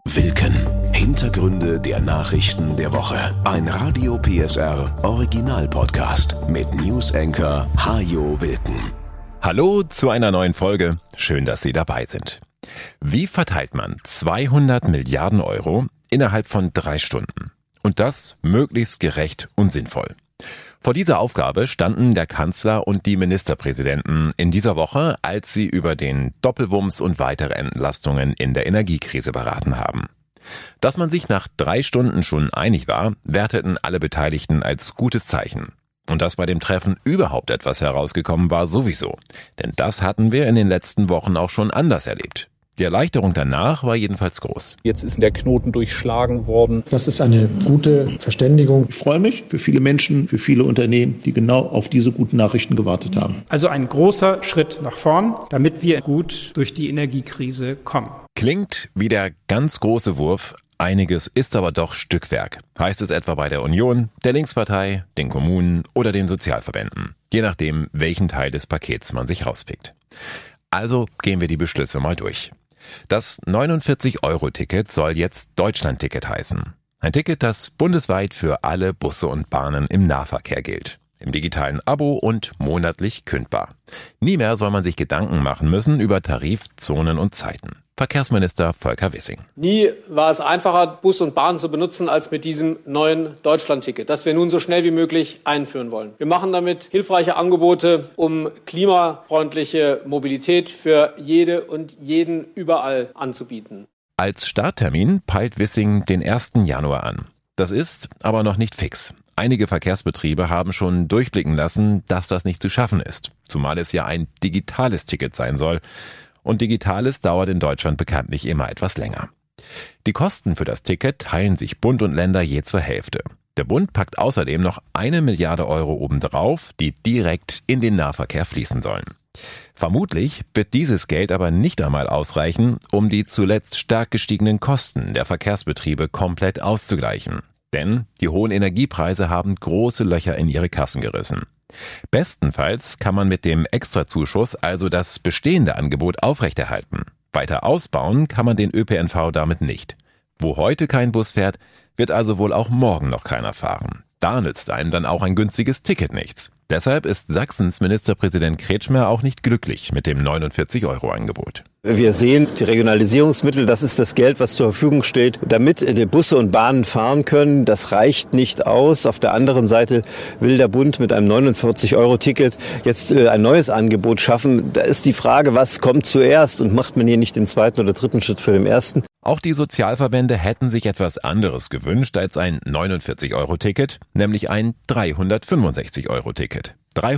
Wilken. Hintergründe der Nachrichten der Woche. Ein Radio PSR Original-Podcast mit News-Anchor Hajo Wilken. Hallo zu einer neuen Folge. Schön, dass Sie dabei sind. Wie verteilt man 200 Milliarden Euro innerhalb von 3 Stunden? Und das möglichst gerecht und sinnvoll. Vor dieser Aufgabe standen der Kanzler und die Ministerpräsidenten in dieser Woche, als sie über den Doppelwumms und weitere Entlastungen in der Energiekrise beraten haben. Dass man sich nach 3 Stunden schon einig war, werteten alle Beteiligten als gutes Zeichen. Und dass bei dem Treffen überhaupt etwas herausgekommen war, sowieso. Denn das hatten wir in den letzten Wochen auch schon anders erlebt. Die Erleichterung danach war jedenfalls groß. Jetzt ist der Knoten durchschlagen worden. Das ist eine gute Verständigung. Ich freue mich für viele Menschen, für viele Unternehmen, die genau auf diese guten Nachrichten gewartet haben. Also ein großer Schritt nach vorn, damit wir gut durch die Energiekrise kommen. Klingt wie der ganz große Wurf, einiges ist aber doch Stückwerk. Heißt es etwa bei der Union, der Linkspartei, den Kommunen oder den Sozialverbänden. Je nachdem, welchen Teil des Pakets man sich rauspickt. Also gehen wir die Beschlüsse mal durch. Das 49-Euro-Ticket soll jetzt Deutschland-Ticket heißen. Ein Ticket, das bundesweit für alle Busse und Bahnen im Nahverkehr gilt. Im digitalen Abo und monatlich kündbar. Nie mehr soll man sich Gedanken machen müssen über Tarif, Zonen und Zeiten. Verkehrsminister Volker Wissing. Nie war es einfacher, Bus und Bahn zu benutzen, als mit diesem neuen Deutschland-Ticket, das wir nun so schnell wie möglich einführen wollen. Wir machen damit hilfreiche Angebote, um klimafreundliche Mobilität für jede und jeden überall anzubieten. Als Starttermin peilt Wissing den 1. Januar an. Das ist aber noch nicht fix. Einige Verkehrsbetriebe haben schon durchblicken lassen, dass das nicht zu schaffen ist. Zumal es ja ein digitales Ticket sein soll. Und Digitales dauert in Deutschland bekanntlich immer etwas länger. Die Kosten für das Ticket teilen sich Bund und Länder je zur Hälfte. Der Bund packt außerdem noch 1 Milliarde Euro obendrauf, die direkt in den Nahverkehr fließen sollen. Vermutlich wird dieses Geld aber nicht einmal ausreichen, um die zuletzt stark gestiegenen Kosten der Verkehrsbetriebe komplett auszugleichen. Denn die hohen Energiepreise haben große Löcher in ihre Kassen gerissen. Bestenfalls kann man mit dem Extrazuschuss also das bestehende Angebot aufrechterhalten. Weiter ausbauen kann man den ÖPNV damit nicht. Wo heute kein Bus fährt, wird also wohl auch morgen noch keiner fahren. Da nützt einem dann auch ein günstiges Ticket nichts. Deshalb ist Sachsens Ministerpräsident Kretschmer auch nicht glücklich mit dem 49-Euro-Angebot. Wir sehen, die Regionalisierungsmittel, das ist das Geld, was zur Verfügung steht, damit die Busse und Bahnen fahren können. Das reicht nicht aus. Auf der anderen Seite will der Bund mit einem 49-Euro-Ticket jetzt ein neues Angebot schaffen. Da ist die Frage, was kommt zuerst und macht man hier nicht den zweiten oder dritten Schritt für den ersten? Auch die Sozialverbände hätten sich etwas anderes gewünscht als ein 49-Euro-Ticket, nämlich ein 365-Euro-Ticket.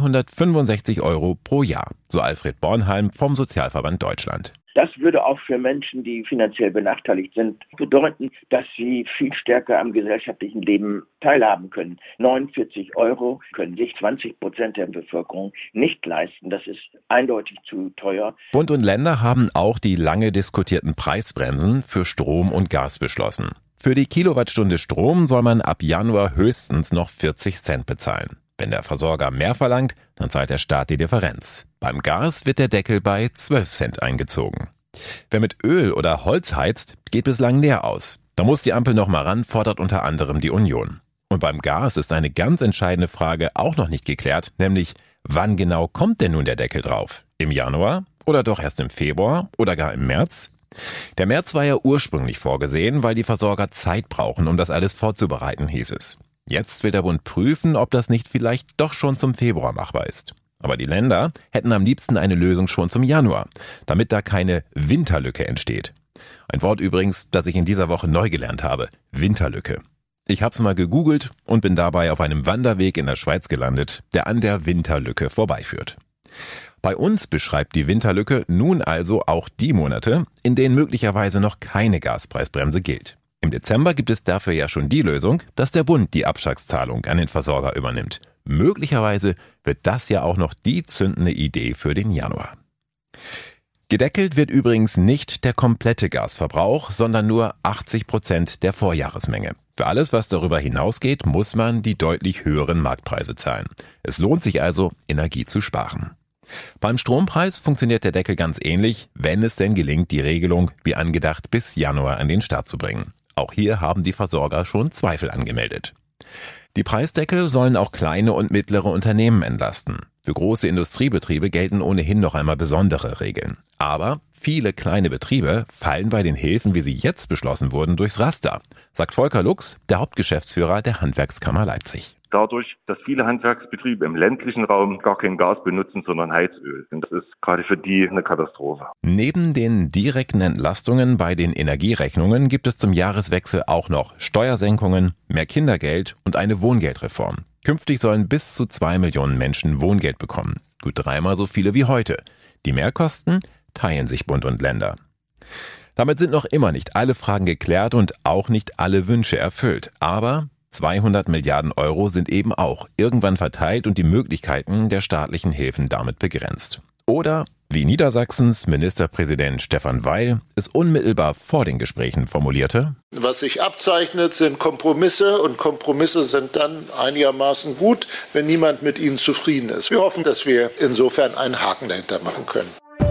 365 Euro pro Jahr, so Alfred Bornheim vom Sozialverband Deutschland. Das würde auch für Menschen, die finanziell benachteiligt sind, bedeuten, dass sie viel stärker am gesellschaftlichen Leben teilhaben können. 49 Euro können sich 20% der Bevölkerung nicht leisten. Das ist eindeutig zu teuer. Bund und Länder haben auch die lange diskutierten Preisbremsen für Strom und Gas beschlossen. Für die Kilowattstunde Strom soll man ab Januar höchstens noch 40 Cent bezahlen. Wenn der Versorger mehr verlangt, dann zahlt der Staat die Differenz. Beim Gas wird der Deckel bei 12 Cent eingezogen. Wer mit Öl oder Holz heizt, geht bislang leer aus. Da muss die Ampel noch mal ran, fordert unter anderem die Union. Und beim Gas ist eine ganz entscheidende Frage auch noch nicht geklärt, nämlich wann genau kommt denn nun der Deckel drauf? Im Januar oder doch erst im Februar oder gar im März? Der März war ja ursprünglich vorgesehen, weil die Versorger Zeit brauchen, um das alles vorzubereiten, hieß es. Jetzt will der Bund prüfen, ob das nicht vielleicht doch schon zum Februar machbar ist. Aber die Länder hätten am liebsten eine Lösung schon zum Januar, damit da keine Winterlücke entsteht. Ein Wort übrigens, das ich in dieser Woche neu gelernt habe. Winterlücke. Ich hab's mal gegoogelt und bin dabei auf einem Wanderweg in der Schweiz gelandet, der an der Winterlücke vorbeiführt. Bei uns beschreibt die Winterlücke nun also auch die Monate, in denen möglicherweise noch keine Gaspreisbremse gilt. Im Dezember gibt es dafür ja schon die Lösung, dass der Bund die Abschlagszahlung an den Versorger übernimmt. Möglicherweise wird das ja auch noch die zündende Idee für den Januar. Gedeckelt wird übrigens nicht der komplette Gasverbrauch, sondern nur 80% der Vorjahresmenge. Für alles, was darüber hinausgeht, muss man die deutlich höheren Marktpreise zahlen. Es lohnt sich also, Energie zu sparen. Beim Strompreis funktioniert der Deckel ganz ähnlich, wenn es denn gelingt, die Regelung wie angedacht bis Januar an den Start zu bringen. Auch hier haben die Versorger schon Zweifel angemeldet. Die Preisdeckel sollen auch kleine und mittlere Unternehmen entlasten. Für große Industriebetriebe gelten ohnehin noch einmal besondere Regeln. Aber viele kleine Betriebe fallen bei den Hilfen, wie sie jetzt beschlossen wurden, durchs Raster, sagt Volker Lux, der Hauptgeschäftsführer der Handwerkskammer Leipzig. Dadurch, dass viele Handwerksbetriebe im ländlichen Raum gar kein Gas benutzen, sondern Heizöl. Und das ist gerade für die eine Katastrophe. Neben den direkten Entlastungen bei den Energierechnungen gibt es zum Jahreswechsel auch noch Steuersenkungen, mehr Kindergeld und eine Wohngeldreform. Künftig sollen bis zu 2 Millionen Menschen Wohngeld bekommen. Gut 3-mal so viele wie heute. Die Mehrkosten teilen sich Bund und Länder. Damit sind noch immer nicht alle Fragen geklärt und auch nicht alle Wünsche erfüllt. Aber 200 Milliarden Euro sind eben auch irgendwann verteilt und die Möglichkeiten der staatlichen Hilfen damit begrenzt. Oder, wie Niedersachsens Ministerpräsident Stefan Weil es unmittelbar vor den Gesprächen formulierte: Was sich abzeichnet, sind Kompromisse und Kompromisse sind dann einigermaßen gut, wenn niemand mit ihnen zufrieden ist. Wir hoffen, dass wir insofern einen Haken dahinter machen können.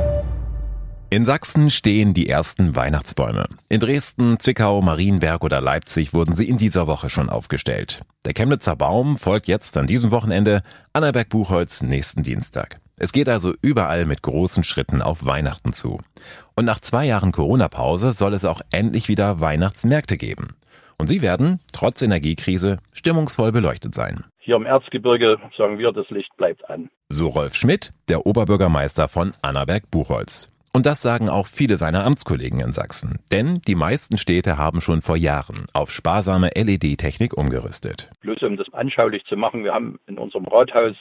In Sachsen stehen die ersten Weihnachtsbäume. In Dresden, Zwickau, Marienberg oder Leipzig wurden sie in dieser Woche schon aufgestellt. Der Chemnitzer Baum folgt jetzt an diesem Wochenende, Annaberg-Buchholz nächsten Dienstag. Es geht also überall mit großen Schritten auf Weihnachten zu. Und nach 2 Jahren Corona-Pause soll es auch endlich wieder Weihnachtsmärkte geben. Und sie werden, trotz Energiekrise, stimmungsvoll beleuchtet sein. Hier im Erzgebirge sagen wir, das Licht bleibt an. So Rolf Schmidt, der Oberbürgermeister von Annaberg-Buchholz. Und das sagen auch viele seiner Amtskollegen in Sachsen. Denn die meisten Städte haben schon vor Jahren auf sparsame LED-Technik umgerüstet. Bloß um das anschaulich zu machen, wir haben in unserem Rathaus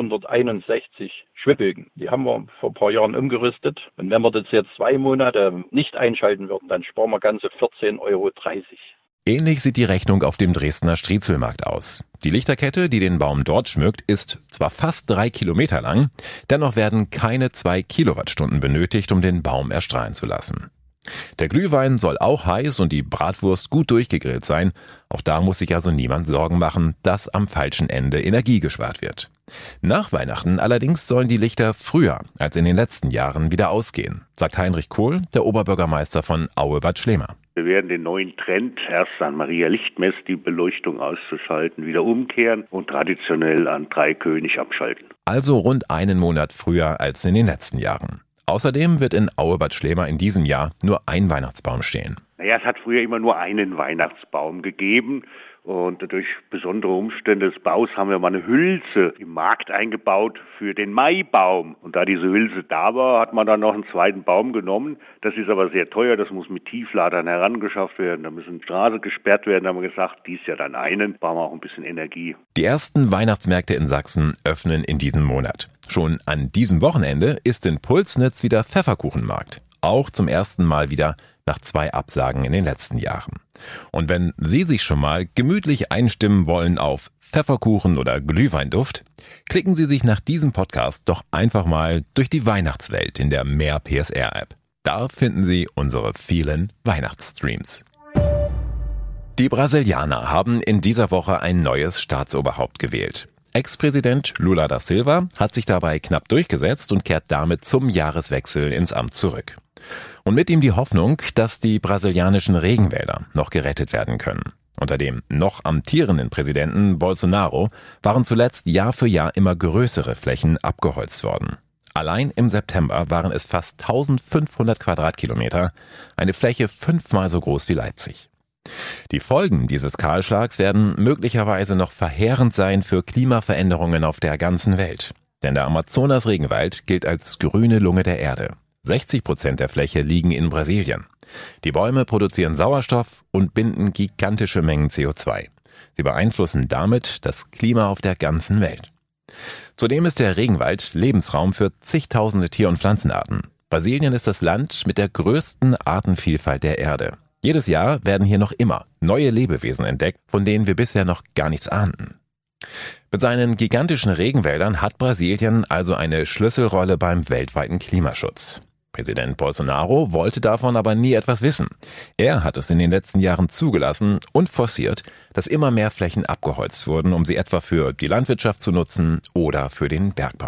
161 Schwibbögen. Die haben wir vor ein paar Jahren umgerüstet. Und wenn wir das jetzt 2 Monate nicht einschalten würden, dann sparen wir ganze 14,30 Euro. Ähnlich sieht die Rechnung auf dem Dresdner Striezelmarkt aus. Die Lichterkette, die den Baum dort schmückt, ist zwar fast 3 Kilometer lang, dennoch werden keine 2 Kilowattstunden benötigt, um den Baum erstrahlen zu lassen. Der Glühwein soll auch heiß und die Bratwurst gut durchgegrillt sein. Auch da muss sich also niemand Sorgen machen, dass am falschen Ende Energie gespart wird. Nach Weihnachten allerdings sollen die Lichter früher als in den letzten Jahren wieder ausgehen, sagt Heinrich Kohl, der Oberbürgermeister von Aue-Bad Schlema. Wir werden den neuen Trend, erst an Maria Lichtmess die Beleuchtung auszuschalten, wieder umkehren und traditionell an Dreikönig abschalten. Also rund einen Monat früher als in den letzten Jahren. Außerdem wird in Aue-Bad Schlema in diesem Jahr nur ein Weihnachtsbaum stehen. Naja, es hat früher immer nur einen Weihnachtsbaum gegeben. Und durch besondere Umstände des Baus haben wir mal eine Hülse im Markt eingebaut für den Maibaum. Und da diese Hülse da war, hat man dann noch einen zweiten Baum genommen. Das ist aber sehr teuer, das muss mit Tiefladern herangeschafft werden. Da müssen Straßen gesperrt werden. Da haben wir gesagt, dies ja dann einen, brauchen wir auch ein bisschen Energie. Die ersten Weihnachtsmärkte in Sachsen öffnen in diesem Monat. Schon an diesem Wochenende ist in Pulsnitz wieder Pfefferkuchenmarkt. Auch zum ersten Mal wieder nach 2 Absagen in den letzten Jahren. Und wenn Sie sich schon mal gemütlich einstimmen wollen auf Pfefferkuchen oder Glühweinduft, klicken Sie sich nach diesem Podcast doch einfach mal durch die Weihnachtswelt in der Mehr PSR App. Da finden Sie unsere vielen Weihnachtsstreams. Die Brasilianer haben in dieser Woche ein neues Staatsoberhaupt gewählt. Ex-Präsident Lula da Silva hat sich dabei knapp durchgesetzt und kehrt damit zum Jahreswechsel ins Amt zurück. Und mit ihm die Hoffnung, dass die brasilianischen Regenwälder noch gerettet werden können. Unter dem noch amtierenden Präsidenten Bolsonaro waren zuletzt Jahr für Jahr immer größere Flächen abgeholzt worden. Allein im September waren es fast 1500 Quadratkilometer, eine Fläche 5-mal so groß wie Leipzig. Die Folgen dieses Kahlschlags werden möglicherweise noch verheerend sein für Klimaveränderungen auf der ganzen Welt. Denn der Amazonas-Regenwald gilt als grüne Lunge der Erde. 60% der Fläche liegen in Brasilien. Die Bäume produzieren Sauerstoff und binden gigantische Mengen CO2. Sie beeinflussen damit das Klima auf der ganzen Welt. Zudem ist der Regenwald Lebensraum für zigtausende Tier- und Pflanzenarten. Brasilien ist das Land mit der größten Artenvielfalt der Erde. Jedes Jahr werden hier noch immer neue Lebewesen entdeckt, von denen wir bisher noch gar nichts ahnten. Mit seinen gigantischen Regenwäldern hat Brasilien also eine Schlüsselrolle beim weltweiten Klimaschutz. Präsident Bolsonaro wollte davon aber nie etwas wissen. Er hat es in den letzten Jahren zugelassen und forciert, dass immer mehr Flächen abgeholzt wurden, um sie etwa für die Landwirtschaft zu nutzen oder für den Bergbau.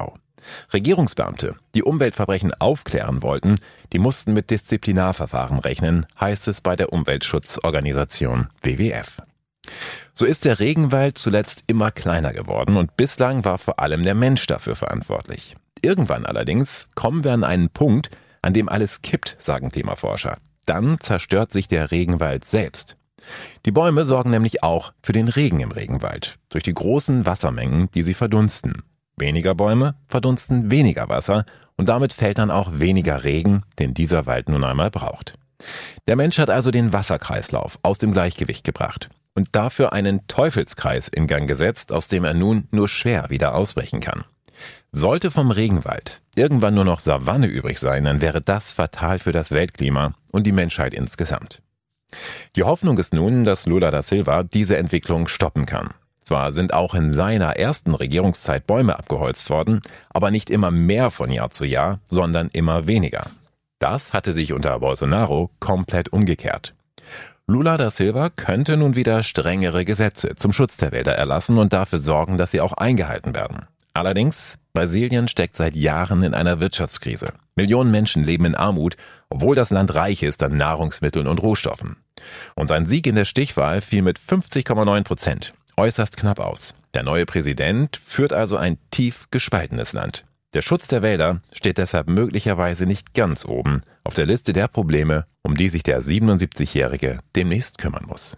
Regierungsbeamte, die Umweltverbrechen aufklären wollten, die mussten mit Disziplinarverfahren rechnen, heißt es bei der Umweltschutzorganisation WWF. So ist der Regenwald zuletzt immer kleiner geworden und bislang war vor allem der Mensch dafür verantwortlich. Irgendwann allerdings kommen wir an einen Punkt, an dem alles kippt, sagen Klimaforscher. Dann zerstört sich der Regenwald selbst. Die Bäume sorgen nämlich auch für den Regen im Regenwald, durch die großen Wassermengen, die sie verdunsten. Weniger Bäume verdunsten weniger Wasser und damit fällt dann auch weniger Regen, den dieser Wald nun einmal braucht. Der Mensch hat also den Wasserkreislauf aus dem Gleichgewicht gebracht und dafür einen Teufelskreis in Gang gesetzt, aus dem er nun nur schwer wieder ausbrechen kann. Sollte vom Regenwald irgendwann nur noch Savanne übrig sein, dann wäre das fatal für das Weltklima und die Menschheit insgesamt. Die Hoffnung ist nun, dass Lula da Silva diese Entwicklung stoppen kann. Zwar sind auch in seiner ersten Regierungszeit Bäume abgeholzt worden, aber nicht immer mehr von Jahr zu Jahr, sondern immer weniger. Das hatte sich unter Bolsonaro komplett umgekehrt. Lula da Silva könnte nun wieder strengere Gesetze zum Schutz der Wälder erlassen und dafür sorgen, dass sie auch eingehalten werden. Allerdings, Brasilien steckt seit Jahren in einer Wirtschaftskrise. Millionen Menschen leben in Armut, obwohl das Land reich ist an Nahrungsmitteln und Rohstoffen. Und sein Sieg in der Stichwahl fiel mit 50,9% äußerst knapp aus. Der neue Präsident führt also ein tief gespaltenes Land. Der Schutz der Wälder steht deshalb möglicherweise nicht ganz oben auf der Liste der Probleme, um die sich der 77-Jährige demnächst kümmern muss.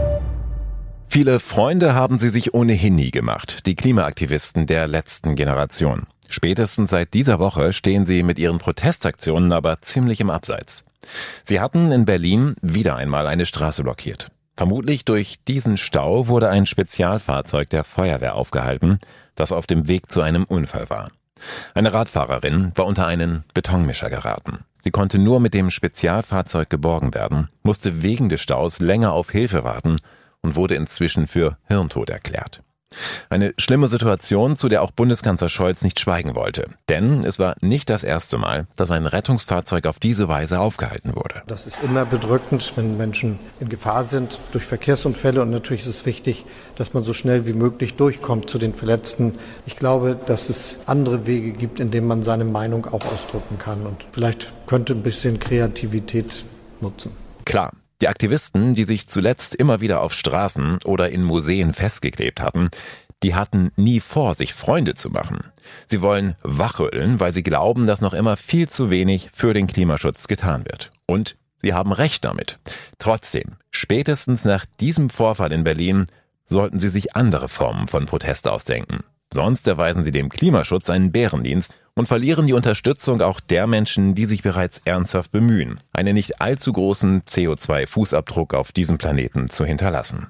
Viele Freunde haben sie sich ohnehin nie gemacht, die Klimaaktivisten der letzten Generation. Spätestens seit dieser Woche stehen sie mit ihren Protestaktionen aber ziemlich im Abseits. Sie hatten in Berlin wieder einmal eine Straße blockiert. Vermutlich durch diesen Stau wurde ein Spezialfahrzeug der Feuerwehr aufgehalten, das auf dem Weg zu einem Unfall war. Eine Radfahrerin war unter einen Betonmischer geraten. Sie konnte nur mit dem Spezialfahrzeug geborgen werden, musste wegen des Staus länger auf Hilfe warten und wurde inzwischen für hirntot erklärt. Eine schlimme Situation, zu der auch Bundeskanzler Scholz nicht schweigen wollte. Denn es war nicht das erste Mal, dass ein Rettungsfahrzeug auf diese Weise aufgehalten wurde. Das ist immer bedrückend, wenn Menschen in Gefahr sind durch Verkehrsunfälle. Und natürlich ist es wichtig, dass man so schnell wie möglich durchkommt zu den Verletzten. Ich glaube, dass es andere Wege gibt, in denen man seine Meinung auch ausdrücken kann. Und vielleicht könnte ein bisschen Kreativität nutzen. Klar. Die Aktivisten, die sich zuletzt immer wieder auf Straßen oder in Museen festgeklebt hatten, die hatten nie vor, sich Freunde zu machen. Sie wollen wachrütteln, weil sie glauben, dass noch immer viel zu wenig für den Klimaschutz getan wird. Und sie haben recht damit. Trotzdem, spätestens nach diesem Vorfall in Berlin sollten sie sich andere Formen von Protest ausdenken. Sonst erweisen sie dem Klimaschutz einen Bärendienst und verlieren die Unterstützung auch der Menschen, die sich bereits ernsthaft bemühen, einen nicht allzu großen CO2-Fußabdruck auf diesem Planeten zu hinterlassen.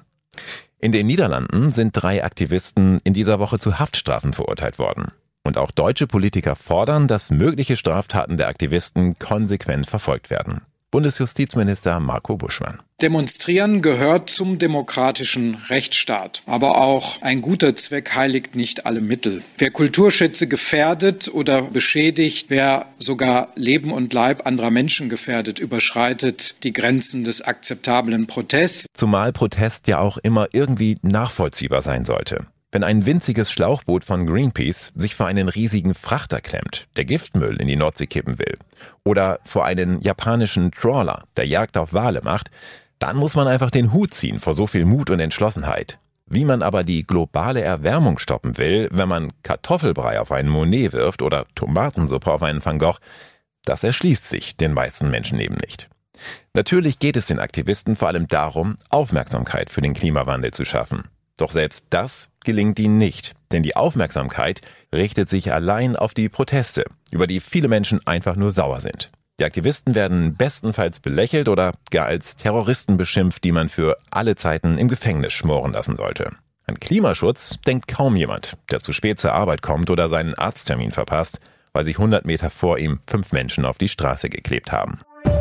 In den Niederlanden sind 3 Aktivisten in dieser Woche zu Haftstrafen verurteilt worden. Und auch deutsche Politiker fordern, dass mögliche Straftaten der Aktivisten konsequent verfolgt werden. Bundesjustizminister Marco Buschmann. Demonstrieren gehört zum demokratischen Rechtsstaat. Aber auch ein guter Zweck heiligt nicht alle Mittel. Wer Kulturschätze gefährdet oder beschädigt, wer sogar Leben und Leib anderer Menschen gefährdet, überschreitet die Grenzen des akzeptablen Protests. Zumal Protest ja auch immer irgendwie nachvollziehbar sein sollte. Wenn ein winziges Schlauchboot von Greenpeace sich vor einen riesigen Frachter klemmt, der Giftmüll in die Nordsee kippen will, oder vor einen japanischen Trawler, der Jagd auf Wale macht, dann muss man einfach den Hut ziehen vor so viel Mut und Entschlossenheit. Wie man aber die globale Erwärmung stoppen will, wenn man Kartoffelbrei auf einen Monet wirft oder Tomatensuppe auf einen Van Gogh, das erschließt sich den meisten Menschen eben nicht. Natürlich geht es den Aktivisten vor allem darum, Aufmerksamkeit für den Klimawandel zu schaffen. Doch selbst das gelingt ihnen nicht, denn die Aufmerksamkeit richtet sich allein auf die Proteste, über die viele Menschen einfach nur sauer sind. Die Aktivisten werden bestenfalls belächelt oder gar als Terroristen beschimpft, die man für alle Zeiten im Gefängnis schmoren lassen sollte. An Klimaschutz denkt kaum jemand, der zu spät zur Arbeit kommt oder seinen Arzttermin verpasst, weil sich 100 Meter vor ihm 5 Menschen auf die Straße geklebt haben.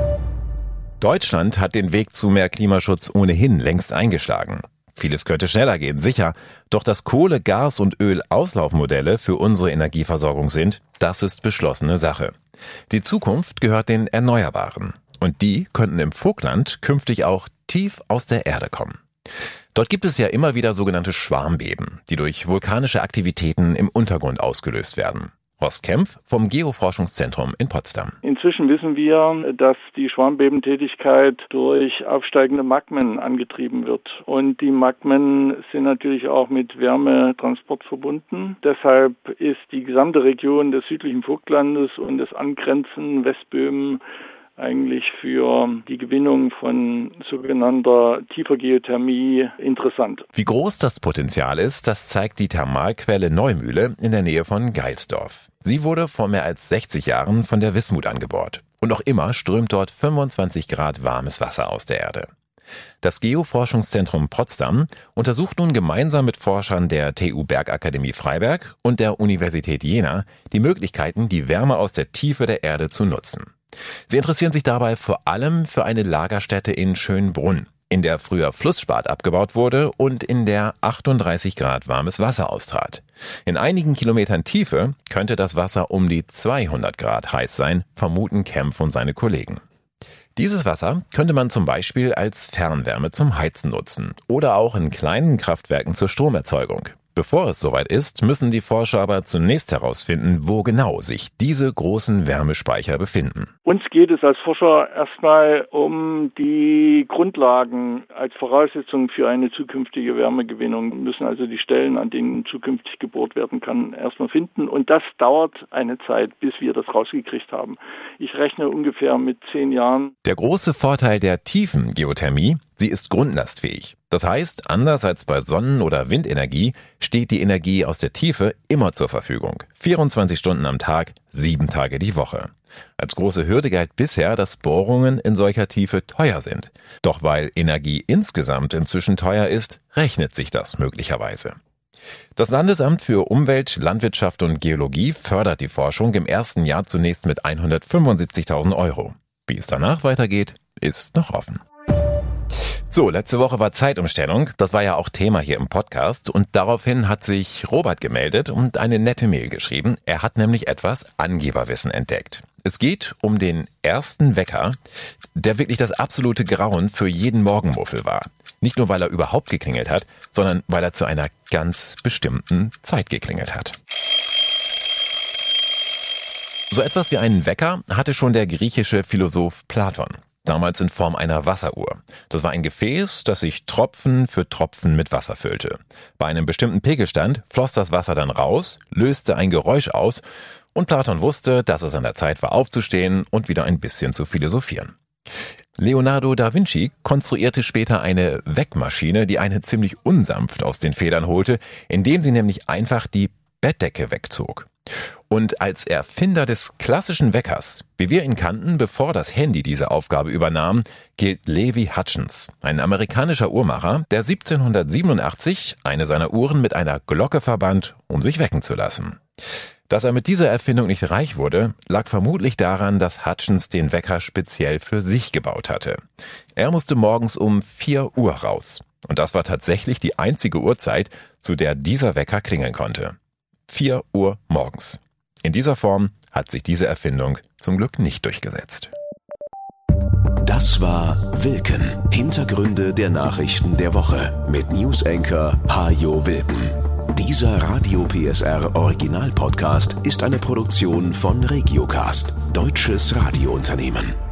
Deutschland hat den Weg zu mehr Klimaschutz ohnehin längst eingeschlagen. Vieles könnte schneller gehen, sicher, doch dass Kohle-, Gas- und Öl-Auslaufmodelle für unsere Energieversorgung sind, das ist beschlossene Sache. Die Zukunft gehört den Erneuerbaren und die könnten im Vogtland künftig auch tief aus der Erde kommen. Dort gibt es ja immer wieder sogenannte Schwarmbeben, die durch vulkanische Aktivitäten im Untergrund ausgelöst werden. Horst Kempf vom Geoforschungszentrum in Potsdam. Inzwischen wissen wir, dass die Schwarmbebentätigkeit durch aufsteigende Magmen angetrieben wird. Und die Magmen sind natürlich auch mit Wärmetransport verbunden. Deshalb ist die gesamte Region des südlichen Vogtlandes und des angrenzenden Westböhmen eigentlich für die Gewinnung von sogenannter tiefer Geothermie interessant. Wie groß das Potenzial ist, das zeigt die Thermalquelle Neumühle in der Nähe von Geilsdorf. Sie wurde vor mehr als 60 Jahren von der Wismut angebohrt. Und noch immer strömt dort 25 Grad warmes Wasser aus der Erde. Das Geoforschungszentrum Potsdam untersucht nun gemeinsam mit Forschern der TU Bergakademie Freiberg und der Universität Jena die Möglichkeiten, die Wärme aus der Tiefe der Erde zu nutzen. Sie interessieren sich dabei vor allem für eine Lagerstätte in Schönbrunn, in der früher Flussspat abgebaut wurde und in der 38 Grad warmes Wasser austrat. In einigen Kilometern Tiefe könnte das Wasser um die 200 Grad heiß sein, vermuten Kempf und seine Kollegen. Dieses Wasser könnte man zum Beispiel als Fernwärme zum Heizen nutzen oder auch in kleinen Kraftwerken zur Stromerzeugung. Bevor es soweit ist, müssen die Forscher aber zunächst herausfinden, wo genau sich diese großen Wärmespeicher befinden. Uns geht es als Forscher erstmal um die Grundlagen als Voraussetzung für eine zukünftige Wärmegewinnung. Wir müssen also die Stellen, an denen zukünftig gebohrt werden kann, erstmal finden. Und das dauert eine Zeit, bis wir das rausgekriegt haben. Ich rechne ungefähr mit 10 Jahren. Der große Vorteil der tiefen Geothermie: sie ist grundlastfähig. Das heißt, anders als bei Sonnen- oder Windenergie steht die Energie aus der Tiefe immer zur Verfügung. 24 Stunden am Tag, 7 Tage die Woche. Als große Hürde galt bisher, dass Bohrungen in solcher Tiefe teuer sind. Doch weil Energie insgesamt inzwischen teuer ist, rechnet sich das möglicherweise. Das Landesamt für Umwelt, Landwirtschaft und Geologie fördert die Forschung im ersten Jahr zunächst mit 175.000 €. Wie es danach weitergeht, ist noch offen. So, letzte Woche war Zeitumstellung. Das war ja auch Thema hier im Podcast. Und daraufhin hat sich Robert gemeldet und eine nette Mail geschrieben. Er hat nämlich etwas Angeberwissen entdeckt. Es geht um den ersten Wecker, der wirklich das absolute Grauen für jeden Morgenmuffel war. Nicht nur, weil er überhaupt geklingelt hat, sondern weil er zu einer ganz bestimmten Zeit geklingelt hat. So etwas wie einen Wecker hatte schon der griechische Philosoph Platon. Damals in Form einer Wasseruhr. Das war ein Gefäß, das sich Tropfen für Tropfen mit Wasser füllte. Bei einem bestimmten Pegelstand floss das Wasser dann raus, löste ein Geräusch aus und Platon wusste, dass es an der Zeit war aufzustehen und wieder ein bisschen zu philosophieren. Leonardo da Vinci konstruierte später eine Weckmaschine, die einen ziemlich unsanft aus den Federn holte, indem sie nämlich einfach die Bettdecke wegzog. Und als Erfinder des klassischen Weckers, wie wir ihn kannten, bevor das Handy diese Aufgabe übernahm, gilt Levi Hutchins, ein amerikanischer Uhrmacher, der 1787 eine seiner Uhren mit einer Glocke verband, um sich wecken zu lassen. Dass er mit dieser Erfindung nicht reich wurde, lag vermutlich daran, dass Hutchins den Wecker speziell für sich gebaut hatte. Er musste morgens um 4 Uhr raus. Und das war tatsächlich die einzige Uhrzeit, zu der dieser Wecker klingeln konnte. 4 Uhr morgens. In dieser Form hat sich diese Erfindung zum Glück nicht durchgesetzt. Das war Wilken. Hintergründe der Nachrichten der Woche mit News-Anchor Hajo Wilken. Dieser Radio PSR Original Podcast ist eine Produktion von Regiocast, deutsches Radiounternehmen.